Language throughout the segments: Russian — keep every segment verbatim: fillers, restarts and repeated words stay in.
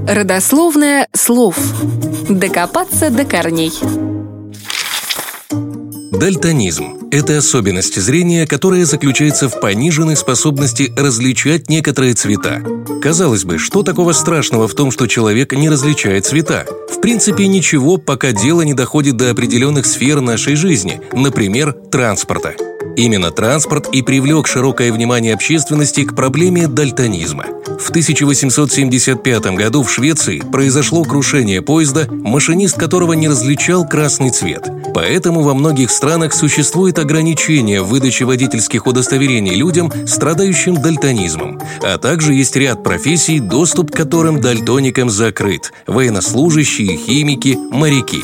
Родословное слов. Докопаться до корней. Дальтонизм – это особенность зрения, которая заключается в пониженной способности различать некоторые цвета. Казалось бы, что такого страшного в том, что человек не различает цвета? В принципе, ничего, пока дело не доходит до определенных сфер нашей жизни, например, транспорта. Именно транспорт и привлек широкое внимание общественности к проблеме дальтонизма. В тысяча восемьсот семьдесят пятом году в Швеции произошло крушение поезда, машинист которого не различал красный цвет. Поэтому во многих странах существует ограничение в выдаче водительских удостоверений людям, страдающим дальтонизмом. А также есть ряд профессий, доступ к которым дальтоникам закрыт – военнослужащие, химики, моряки.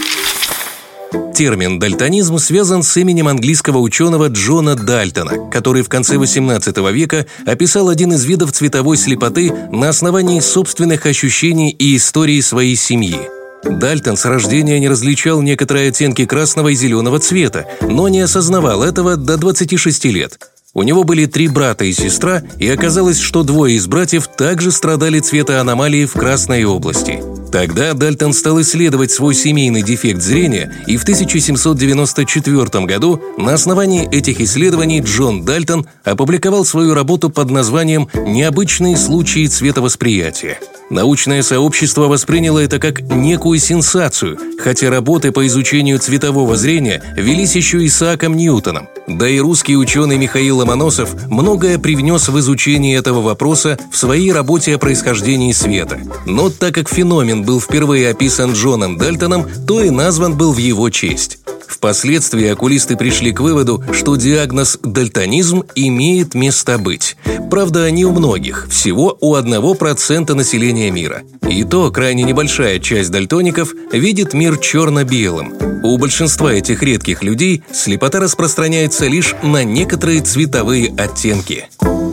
Термин «дальтонизм» связан с именем английского ученого Джона Дальтона, который в конце восемнадцатого века описал один из видов цветовой слепоты на основании собственных ощущений и истории своей семьи. Дальтон с рождения не различал некоторые оттенки красного и зеленого цвета, но не осознавал этого до двадцати шести лет. У него были три брата и сестра, и оказалось, что двое из братьев также страдали цветоаномалией в красной области. Тогда Дальтон стал исследовать свой семейный дефект зрения, и в тысяча семьсот девяносто четвёртом году на основании этих исследований Джон Дальтон опубликовал свою работу под названием «Необычные случаи цветовосприятия». Научное сообщество восприняло это как некую сенсацию, хотя работы по изучению цветового зрения велись еще Исааком Ньютоном. Да и русский ученый Михаил Ломоносов многое привнес в изучение этого вопроса в своей работе о происхождении света. Но так как феномен был впервые описан Джоном Дальтоном, то и назван был в его честь. Впоследствии окулисты пришли к выводу, что диагноз «дальтонизм» имеет место быть. Правда, не у многих, всего у одного процента населения мира. И то крайне небольшая часть дальтоников видит мир черно-белым. У большинства этих редких людей слепота распространяется лишь на некоторые цветовые оттенки.